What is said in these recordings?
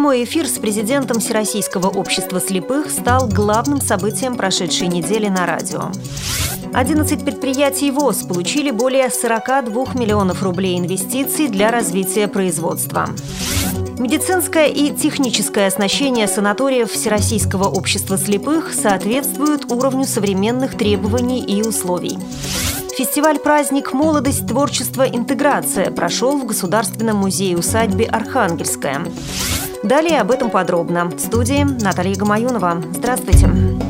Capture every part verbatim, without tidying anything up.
Прямой эфир с президентом Всероссийского общества слепых стал главным событием прошедшей недели на радио. одиннадцать предприятий ВОС получили более сорока двух миллионов рублей инвестиций для развития производства. Медицинское и техническое оснащение санаториев Всероссийского общества слепых соответствуют уровню современных требований и условий. Фестиваль-праздник «Молодость, творчество, интеграция» прошел в Государственном музее-усадьбе «Архангельская». Далее об этом подробно. В студии Наталья Гамаюнова. Здравствуйте.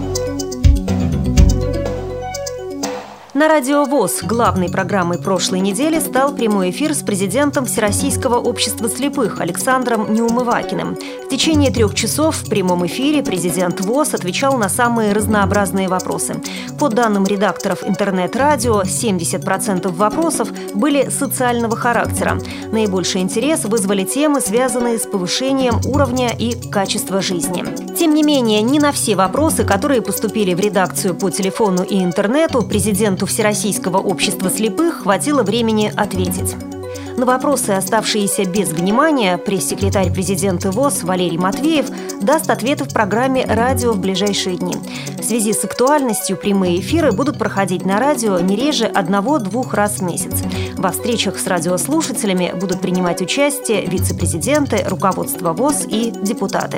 На радио ВОС главной программой прошлой недели стал прямой эфир с президентом Всероссийского общества слепых Александром Неумывакиным. В течение трех часов в прямом эфире президент ВОС отвечал на самые разнообразные вопросы. По данным редакторов интернет-радио, семьдесят процентов вопросов были социального характера. Наибольший интерес вызвали темы, связанные с повышением уровня и качества жизни. Тем не менее, не на все вопросы, которые поступили в редакцию по телефону и интернету, президенту Всероссийского общества слепых хватило времени ответить. На вопросы, оставшиеся без внимания, пресс-секретарь президента ВОС Валерий Матвеев даст ответы в программе «Радио» в ближайшие дни. В связи с актуальностью прямые эфиры будут проходить на радио не реже одного-двух раз в месяц. Во встречах с радиослушателями будут принимать участие вице-президенты, руководство ВОС и депутаты.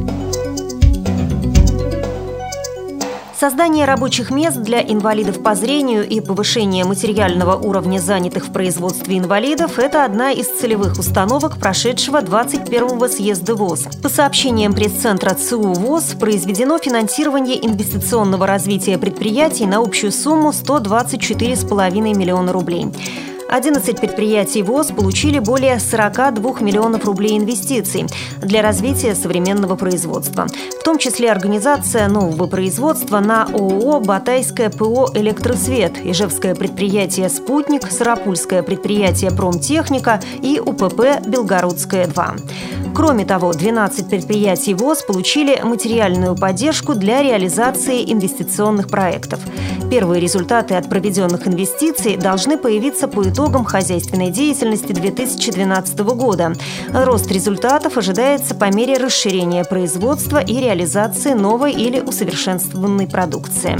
Создание рабочих мест для инвалидов по зрению и повышение материального уровня занятых в производстве инвалидов – это одна из целевых установок прошедшего двадцать первого съезда ВОС. По сообщениям пресс-центра ЦУ ВОС, произведено финансирование инвестиционного развития предприятий на общую сумму сто двадцать четыре целых пять десятых миллиона рублей. одиннадцать предприятий ВОС получили более сорока двух миллионов рублей инвестиций для развития современного производства. В том числе организация нового производства на ООО «Батайское ПО Электросвет», Ижевское предприятие «Спутник», Сарапульское предприятие «Промтехника» и УПП «Белгородское-два». Кроме того, двенадцать предприятий ВОС получили материальную поддержку для реализации инвестиционных проектов. Первые результаты от проведенных инвестиций должны появиться по итогам хозяйственной деятельности две тысячи двенадцатого года. Рост результатов ожидается по мере расширения производства и реализации новой или усовершенствованной продукции.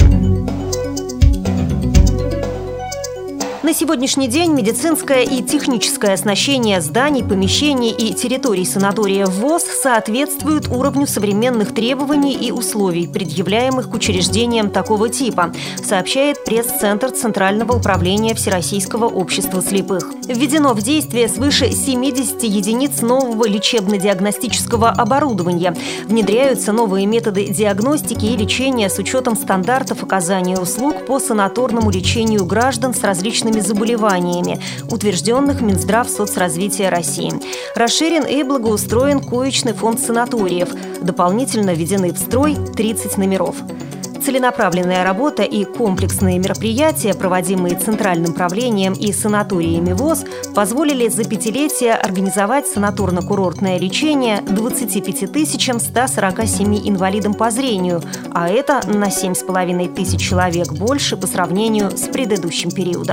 На сегодняшний день медицинское и техническое оснащение зданий, помещений и территорий санатория ВОС соответствуют уровню современных требований и условий, предъявляемых к учреждениям такого типа, сообщает пресс-центр Центрального управления Всероссийского общества слепых. Введено в действие свыше семидесяти единиц нового лечебно-диагностического оборудования. Внедряются новые методы диагностики и лечения с учетом стандартов оказания услуг по санаторному лечению граждан с различными заболеваниями, утвержденных Минздравсоцразвития России. Расширен и благоустроен коечный фонд санаториев. Дополнительно введены в строй тридцать номеров. Целенаправленная работа и комплексные мероприятия, проводимые Центральным правлением и санаториями ВОС, позволили за пятилетие организовать санаторно-курортное лечение двадцати пяти тысячам ста сорока семи инвалидам по зрению, а это на семь с половиной тысяч человек больше по сравнению с предыдущим периодом.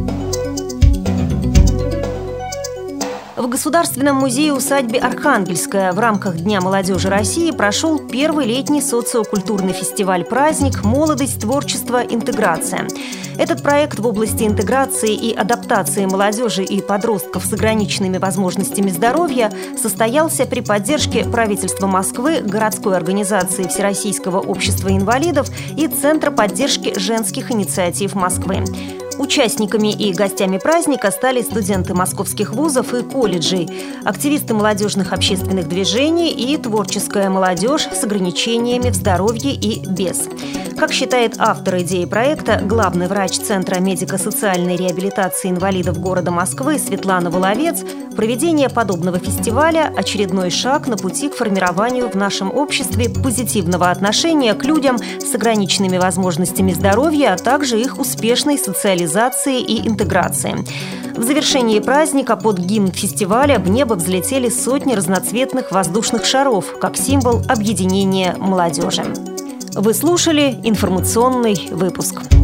В Государственном музее-усадьбе «Архангельская» в рамках Дня молодежи России прошел первый летний социокультурный фестиваль-праздник «Молодость, творчество, интеграция». Этот проект в области интеграции и адаптации молодежи и подростков с ограниченными возможностями здоровья состоялся при поддержке правительства Москвы, городской организации Всероссийского общества инвалидов и Центра поддержки женских инициатив Москвы. Участниками и гостями праздника стали студенты московских вузов и колледжей, активисты молодежных общественных движений и творческая молодежь с ограничениями в здоровье и без. Как считает автор идеи проекта, главный врач Центра медико-социальной реабилитации инвалидов города Москвы Светлана Воловец, проведение подобного фестиваля – очередной шаг на пути к формированию в нашем обществе позитивного отношения к людям с ограниченными возможностями здоровья, а также их успешной социализации и интеграции. В завершении праздника под гимн фестиваля в небо взлетели сотни разноцветных воздушных шаров, как символ объединения молодежи. Вы слушали информационный выпуск.